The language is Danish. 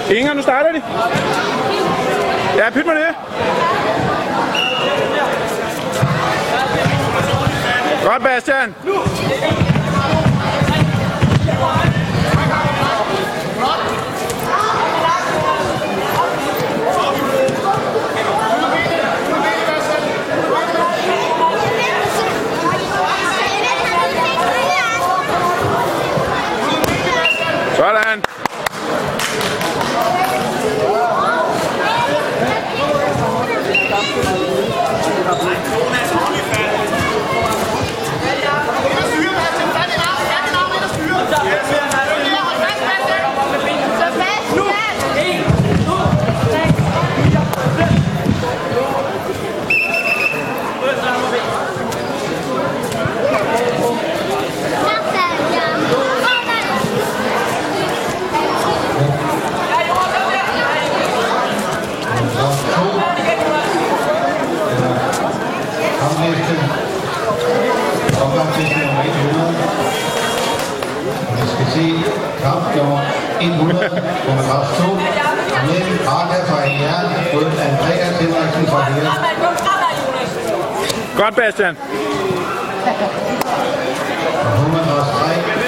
Inger, nu starter de. Ja, pyt med det. Godt, Bastian. Sådan. Vi skal se kamp nummer 100 på madras 2 mellem Arka fra Jern mod Andreas Henriksen fra Jern. Godt, Bastian. Og 103